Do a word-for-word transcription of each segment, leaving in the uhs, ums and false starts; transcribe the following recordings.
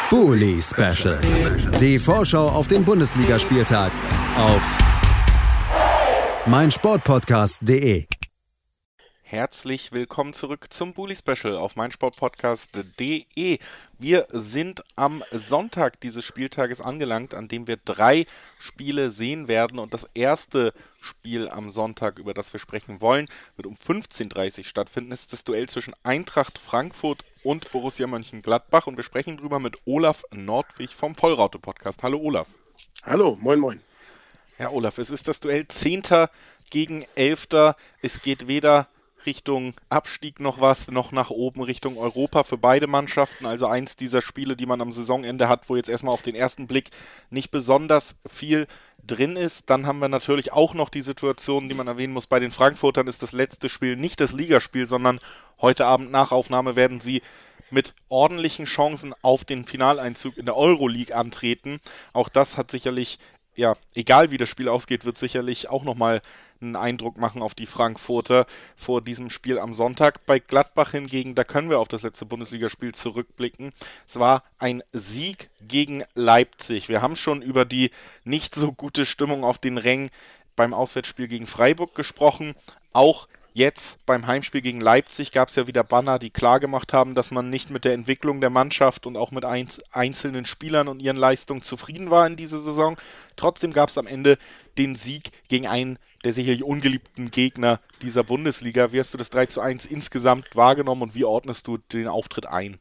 Bully Special. Die Vorschau auf den Bundesligaspieltag auf meinsportpodcast punkt de. Herzlich willkommen zurück zum Bully Special auf meinsportpodcast punkt de. Wir sind am Sonntag dieses Spieltages angelangt, an dem wir drei Spiele sehen werden. Und das erste Spiel am Sonntag, über das wir sprechen wollen, wird um fünfzehn Uhr dreißig stattfinden. Das ist das Duell zwischen Eintracht Frankfurt und Borussia Mönchengladbach. Und wir sprechen drüber mit Olaf Nordwig vom Vollraute-Podcast. Hallo Olaf. Hallo, moin moin. Ja Olaf, es ist das Duell Zehnter gegen Elfter. Es geht weder Richtung Abstieg noch was, noch nach oben Richtung Europa für beide Mannschaften. Also eins dieser Spiele, die man am Saisonende hat, wo jetzt erstmal auf den ersten Blick nicht besonders viel drin ist. Dann haben wir natürlich auch noch die Situation, die man erwähnen muss. Bei den Frankfurtern ist das letzte Spiel nicht das Ligaspiel, sondern heute Abend nach Aufnahme werden sie mit ordentlichen Chancen auf den Finaleinzug in der Euroleague antreten. Auch das hat sicherlich, ja, egal wie das Spiel ausgeht, wird sicherlich auch nochmal einen Eindruck machen auf die Frankfurter vor diesem Spiel am Sonntag. Bei Gladbach hingegen, da können wir auf das letzte Bundesligaspiel zurückblicken. Es war ein Sieg gegen Leipzig. Wir haben schon über die nicht so gute Stimmung auf den Rängen beim Auswärtsspiel gegen Freiburg gesprochen. Auch jetzt beim Heimspiel gegen Leipzig gab es ja wieder Banner, die klargemacht haben, dass man nicht mit der Entwicklung der Mannschaft und auch mit einzelnen Spielern und ihren Leistungen zufrieden war in dieser Saison. Trotzdem gab es am Ende den Sieg gegen einen der sicherlich ungeliebten Gegner dieser Bundesliga. Wie hast du das drei zu eins insgesamt wahrgenommen und wie ordnest du den Auftritt ein?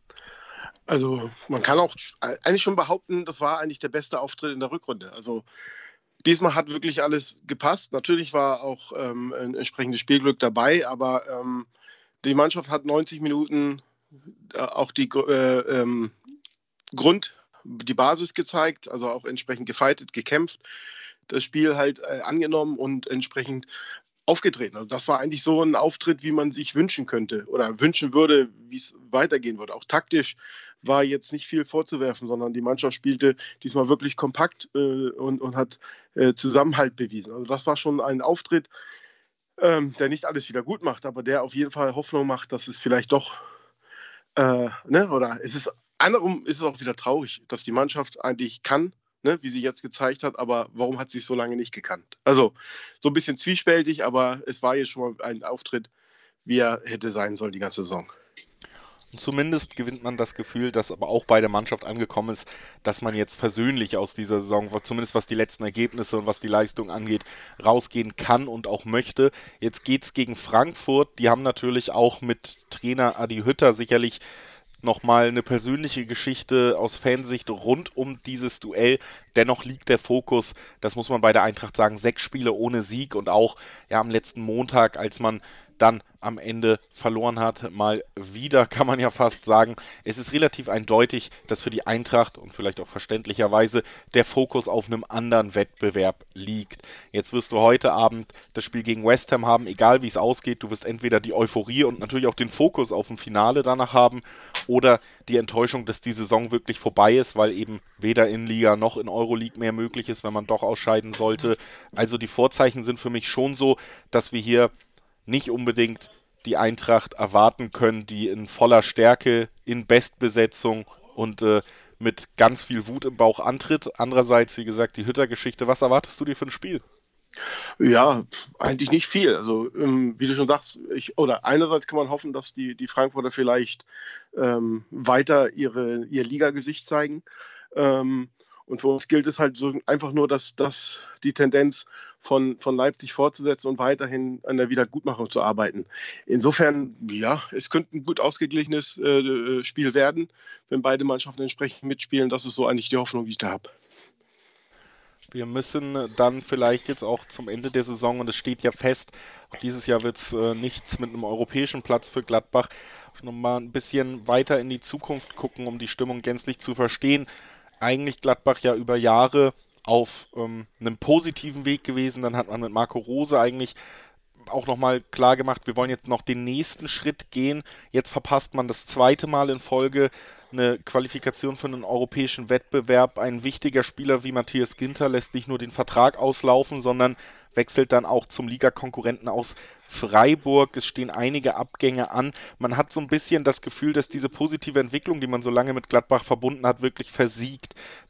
Also man kann auch eigentlich schon behaupten, das war eigentlich der beste Auftritt in der Rückrunde. Also diesmal hat wirklich alles gepasst. Natürlich war auch ähm, ein entsprechendes Spielglück dabei, aber ähm, die Mannschaft hat neunzig Minuten äh, auch die äh, ähm, Grund, die Basis gezeigt, also auch entsprechend gefightet, gekämpft, das Spiel halt äh, angenommen und entsprechend aufgetreten. Also das war eigentlich so ein Auftritt, wie man sich wünschen könnte oder wünschen würde, wie es weitergehen würde. Auch taktisch war jetzt nicht viel vorzuwerfen, sondern die Mannschaft spielte diesmal wirklich kompakt äh, und, und hat äh, Zusammenhalt bewiesen. Also das war schon ein Auftritt, ähm, der nicht alles wieder gut macht, aber der auf jeden Fall Hoffnung macht, dass es vielleicht doch, äh, ne, oder es ist, andersrum ist es auch wieder traurig, dass die Mannschaft eigentlich kann, ne, wie sie jetzt gezeigt hat, aber warum hat sie es so lange nicht gekannt? Also so ein bisschen zwiespältig, aber es war jetzt schon mal ein Auftritt, wie er hätte sein sollen die ganze Saison. Zumindest gewinnt man das Gefühl, dass aber auch bei der Mannschaft angekommen ist, dass man jetzt versöhnlich aus dieser Saison, zumindest was die letzten Ergebnisse und was die Leistung angeht, rausgehen kann und auch möchte. Jetzt geht's gegen Frankfurt. Die haben natürlich auch mit Trainer Adi Hütter sicherlich nochmal eine persönliche Geschichte aus Fansicht rund um dieses Duell. Dennoch liegt der Fokus, das muss man bei der Eintracht sagen, sechs Spiele ohne Sieg und auch ja am letzten Montag, als man dann am Ende verloren hat, mal wieder, kann man ja fast sagen. Es ist relativ eindeutig, dass für die Eintracht und vielleicht auch verständlicherweise der Fokus auf einem anderen Wettbewerb liegt. Jetzt wirst du heute Abend das Spiel gegen West Ham haben, egal wie es ausgeht. Du wirst entweder die Euphorie und natürlich auch den Fokus auf ein Finale danach haben oder die Enttäuschung, dass die Saison wirklich vorbei ist, weil eben weder in Liga noch in Euroleague mehr möglich ist, wenn man doch ausscheiden sollte. Also die Vorzeichen sind für mich schon so, dass wir hier nicht unbedingt die Eintracht erwarten können, die in voller Stärke, in Bestbesetzung und äh, mit ganz viel Wut im Bauch antritt. Andererseits, wie gesagt, die Hütter-Geschichte. Was erwartest du dir für ein Spiel? Ja, eigentlich nicht viel. Also ähm, wie du schon sagst, ich, oder einerseits kann man hoffen, dass die, die Frankfurter vielleicht ähm, weiter ihre, ihr Liga-Gesicht zeigen. Ähm, Und für uns gilt es halt so einfach nur, dass, dass die Tendenz von, von Leipzig fortzusetzen und weiterhin an der Wiedergutmachung zu arbeiten. Insofern, ja, es könnte ein gut ausgeglichenes äh, Spiel werden, wenn beide Mannschaften entsprechend mitspielen. Das ist so eigentlich die Hoffnung, die ich da habe. Wir müssen dann vielleicht jetzt auch zum Ende der Saison, und es steht ja fest, dieses Jahr wird es äh, nichts mit einem europäischen Platz für Gladbach, schon mal ein bisschen weiter in die Zukunft gucken, um die Stimmung gänzlich zu verstehen. Eigentlich Gladbach ja über Jahre auf ähm, einem positiven Weg gewesen. Dann hat man mit Marco Rose eigentlich auch nochmal klar gemacht, wir wollen jetzt noch den nächsten Schritt gehen. Jetzt verpasst man das zweite Mal in Folge eine Qualifikation für einen europäischen Wettbewerb. Ein wichtiger Spieler wie Matthias Ginter lässt nicht nur den Vertrag auslaufen, sondern wechselt dann auch zum Ligakonkurrenten aus Freiburg. Es stehen einige Abgänge an. Man hat so ein bisschen das Gefühl, dass diese positive Entwicklung, die man so lange mit Gladbach verbunden hat, wirklich versiegt.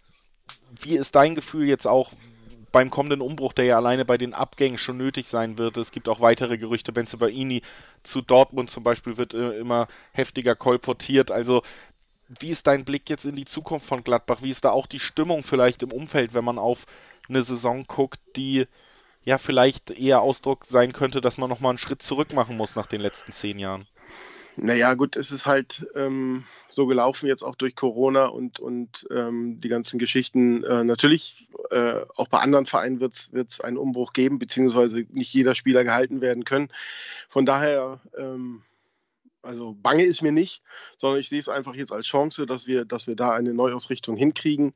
Wie ist dein Gefühl jetzt auch beim kommenden Umbruch, der ja alleine bei den Abgängen schon nötig sein wird? Es gibt auch weitere Gerüchte. Bensebaini zu Dortmund zum Beispiel wird äh, immer heftiger kolportiert. Also wie ist dein Blick jetzt in die Zukunft von Gladbach? Wie ist da auch die Stimmung vielleicht im Umfeld, wenn man auf eine Saison guckt, die ja vielleicht eher Ausdruck sein könnte, dass man nochmal einen Schritt zurück machen muss nach den letzten zehn Jahren? Naja, gut, es ist halt ähm, so gelaufen jetzt auch durch Corona und, und ähm, die ganzen Geschichten. Äh, natürlich, äh, auch bei anderen Vereinen wird es einen Umbruch geben, beziehungsweise nicht jeder Spieler gehalten werden können. Von daher, ähm, also bange ist mir nicht, sondern ich sehe es einfach jetzt als Chance, dass wir, dass wir da eine Neuausrichtung hinkriegen.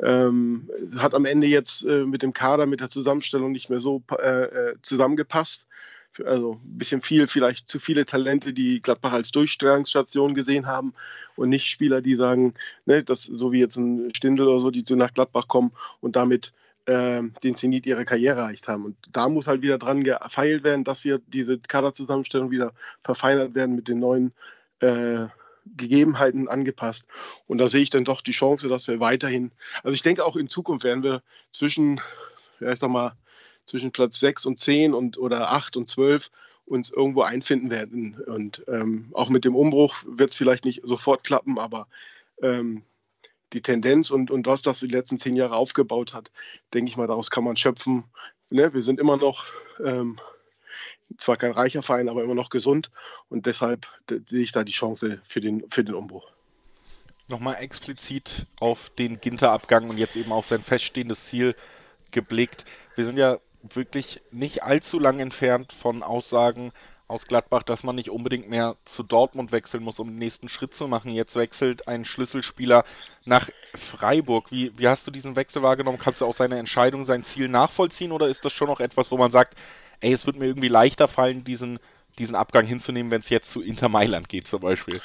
Ähm, hat am Ende jetzt äh, mit dem Kader, mit der Zusammenstellung nicht mehr so äh, zusammengepasst. Also ein bisschen viel, vielleicht zu viele Talente, die Gladbach als Durchstellungsstation gesehen haben und nicht Spieler, die sagen, ne, das, so wie jetzt ein Stindl oder so, die zu nach Gladbach kommen und damit äh, den Zenit ihrer Karriere erreicht haben. Und da muss halt wieder dran gefeilt werden, dass wir diese Kaderzusammenstellung wieder verfeinert werden, mit den neuen äh, Gegebenheiten angepasst. Und da sehe ich dann doch die Chance, dass wir weiterhin, also ich denke auch in Zukunft werden wir zwischen, ja, ich sag mal, zwischen Platz sechs und zehn und, oder acht und zwölf uns irgendwo einfinden werden. Und ähm, auch mit dem Umbruch wird es vielleicht nicht sofort klappen, aber ähm, die Tendenz und, und das, was wir die letzten zehn Jahre aufgebaut hat, denke ich mal, daraus kann man schöpfen. Ne? Wir sind immer noch, ähm, zwar kein reicher Verein, aber immer noch gesund und deshalb d- sehe ich da die Chance für den, für den Umbruch. Nochmal explizit auf den Ginter-Abgang und jetzt eben auch sein feststehendes Ziel geblickt. Wir sind ja wirklich nicht allzu lang entfernt von Aussagen aus Gladbach, dass man nicht unbedingt mehr zu Dortmund wechseln muss, um den nächsten Schritt zu machen. Jetzt wechselt ein Schlüsselspieler nach Freiburg. Wie, wie hast du diesen Wechsel wahrgenommen? Kannst du auch seine Entscheidung, sein Ziel nachvollziehen oder ist das schon noch etwas, wo man sagt, ey, es wird mir irgendwie leichter fallen, diesen, diesen Abgang hinzunehmen, wenn es jetzt zu Inter Mailand geht zum Beispiel?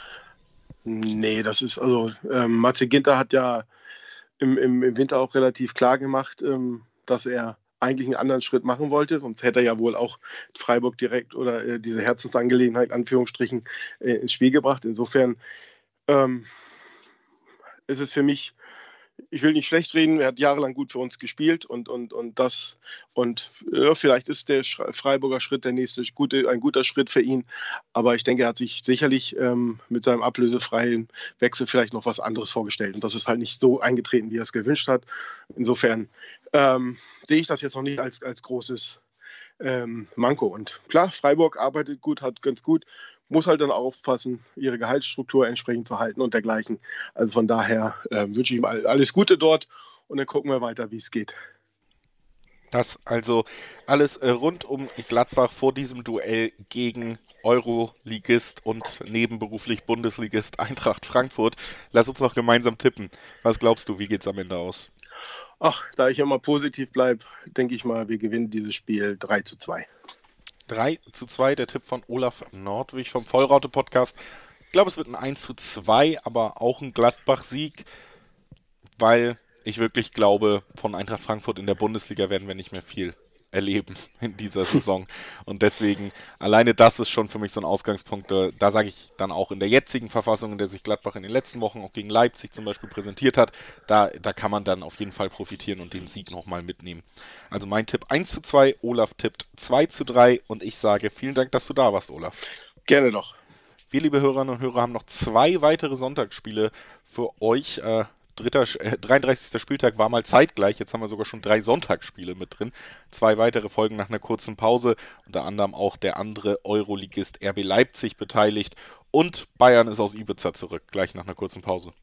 Nee, das ist also, ähm, Matze Ginter hat ja im, im, im Winter auch relativ klar gemacht, ähm, dass er eigentlich einen anderen Schritt machen wollte, sonst hätte er ja wohl auch Freiburg direkt oder äh, diese Herzensangelegenheit, in Anführungsstrichen, äh, ins Spiel gebracht. Insofern ähm, ist es für mich, ich will nicht schlecht reden, er hat jahrelang gut für uns gespielt und, und, und das und ja, vielleicht ist der Freiburger Schritt der nächste gute, ein guter Schritt für ihn, aber ich denke, er hat sich sicherlich ähm, mit seinem ablösefreien Wechsel vielleicht noch was anderes vorgestellt und das ist halt nicht so eingetreten, wie er es gewünscht hat. Insofern ähm, sehe ich das jetzt noch nicht als, als großes ähm, Manko. Und klar, Freiburg arbeitet gut, hat ganz gut, muss halt dann aufpassen, ihre Gehaltsstruktur entsprechend zu halten und dergleichen. Also von daher äh, wünsche ich ihm alles Gute dort und dann gucken wir weiter, wie es geht. Das also alles äh, rund um Gladbach vor diesem Duell gegen Euroligist und nebenberuflich Bundesligist Eintracht Frankfurt. Lass uns noch gemeinsam tippen. Was glaubst du, wie geht's am Ende aus? Ach, da ich immer positiv bleibe, denke ich mal, wir gewinnen dieses Spiel drei zu zwei. drei zu zwei, der Tipp von Olaf Nordwig vom Vollraute-Podcast. Ich glaube, es wird ein eins zu zwei, aber auch ein Gladbach-Sieg, weil ich wirklich glaube, von Eintracht Frankfurt in der Bundesliga werden wir nicht mehr viel erleben in dieser Saison. Und deswegen, alleine das ist schon für mich so ein Ausgangspunkt. Da sage ich dann auch in der jetzigen Verfassung, in der sich Gladbach in den letzten Wochen auch gegen Leipzig zum Beispiel präsentiert hat, da, da kann man dann auf jeden Fall profitieren und den Sieg nochmal mitnehmen. Also mein Tipp eins zu zwei, Olaf tippt zwei zu drei und ich sage vielen Dank, dass du da warst, Olaf. Gerne doch. Wir, liebe Hörerinnen und Hörer, haben noch zwei weitere Sonntagsspiele für euch. Äh, Dritter, äh, dreiunddreißigster Spieltag war mal zeitgleich, jetzt haben wir sogar schon drei Sonntagsspiele mit drin. Zwei weitere folgen nach einer kurzen Pause, unter anderem auch der andere Euroligist R B Leipzig beteiligt und Bayern ist aus Ibiza zurück, gleich nach einer kurzen Pause.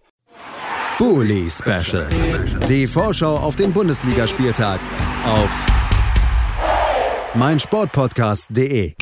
Bully Special. Die Vorschau auf den Bundesligaspieltag auf meinsportpodcast punkt de.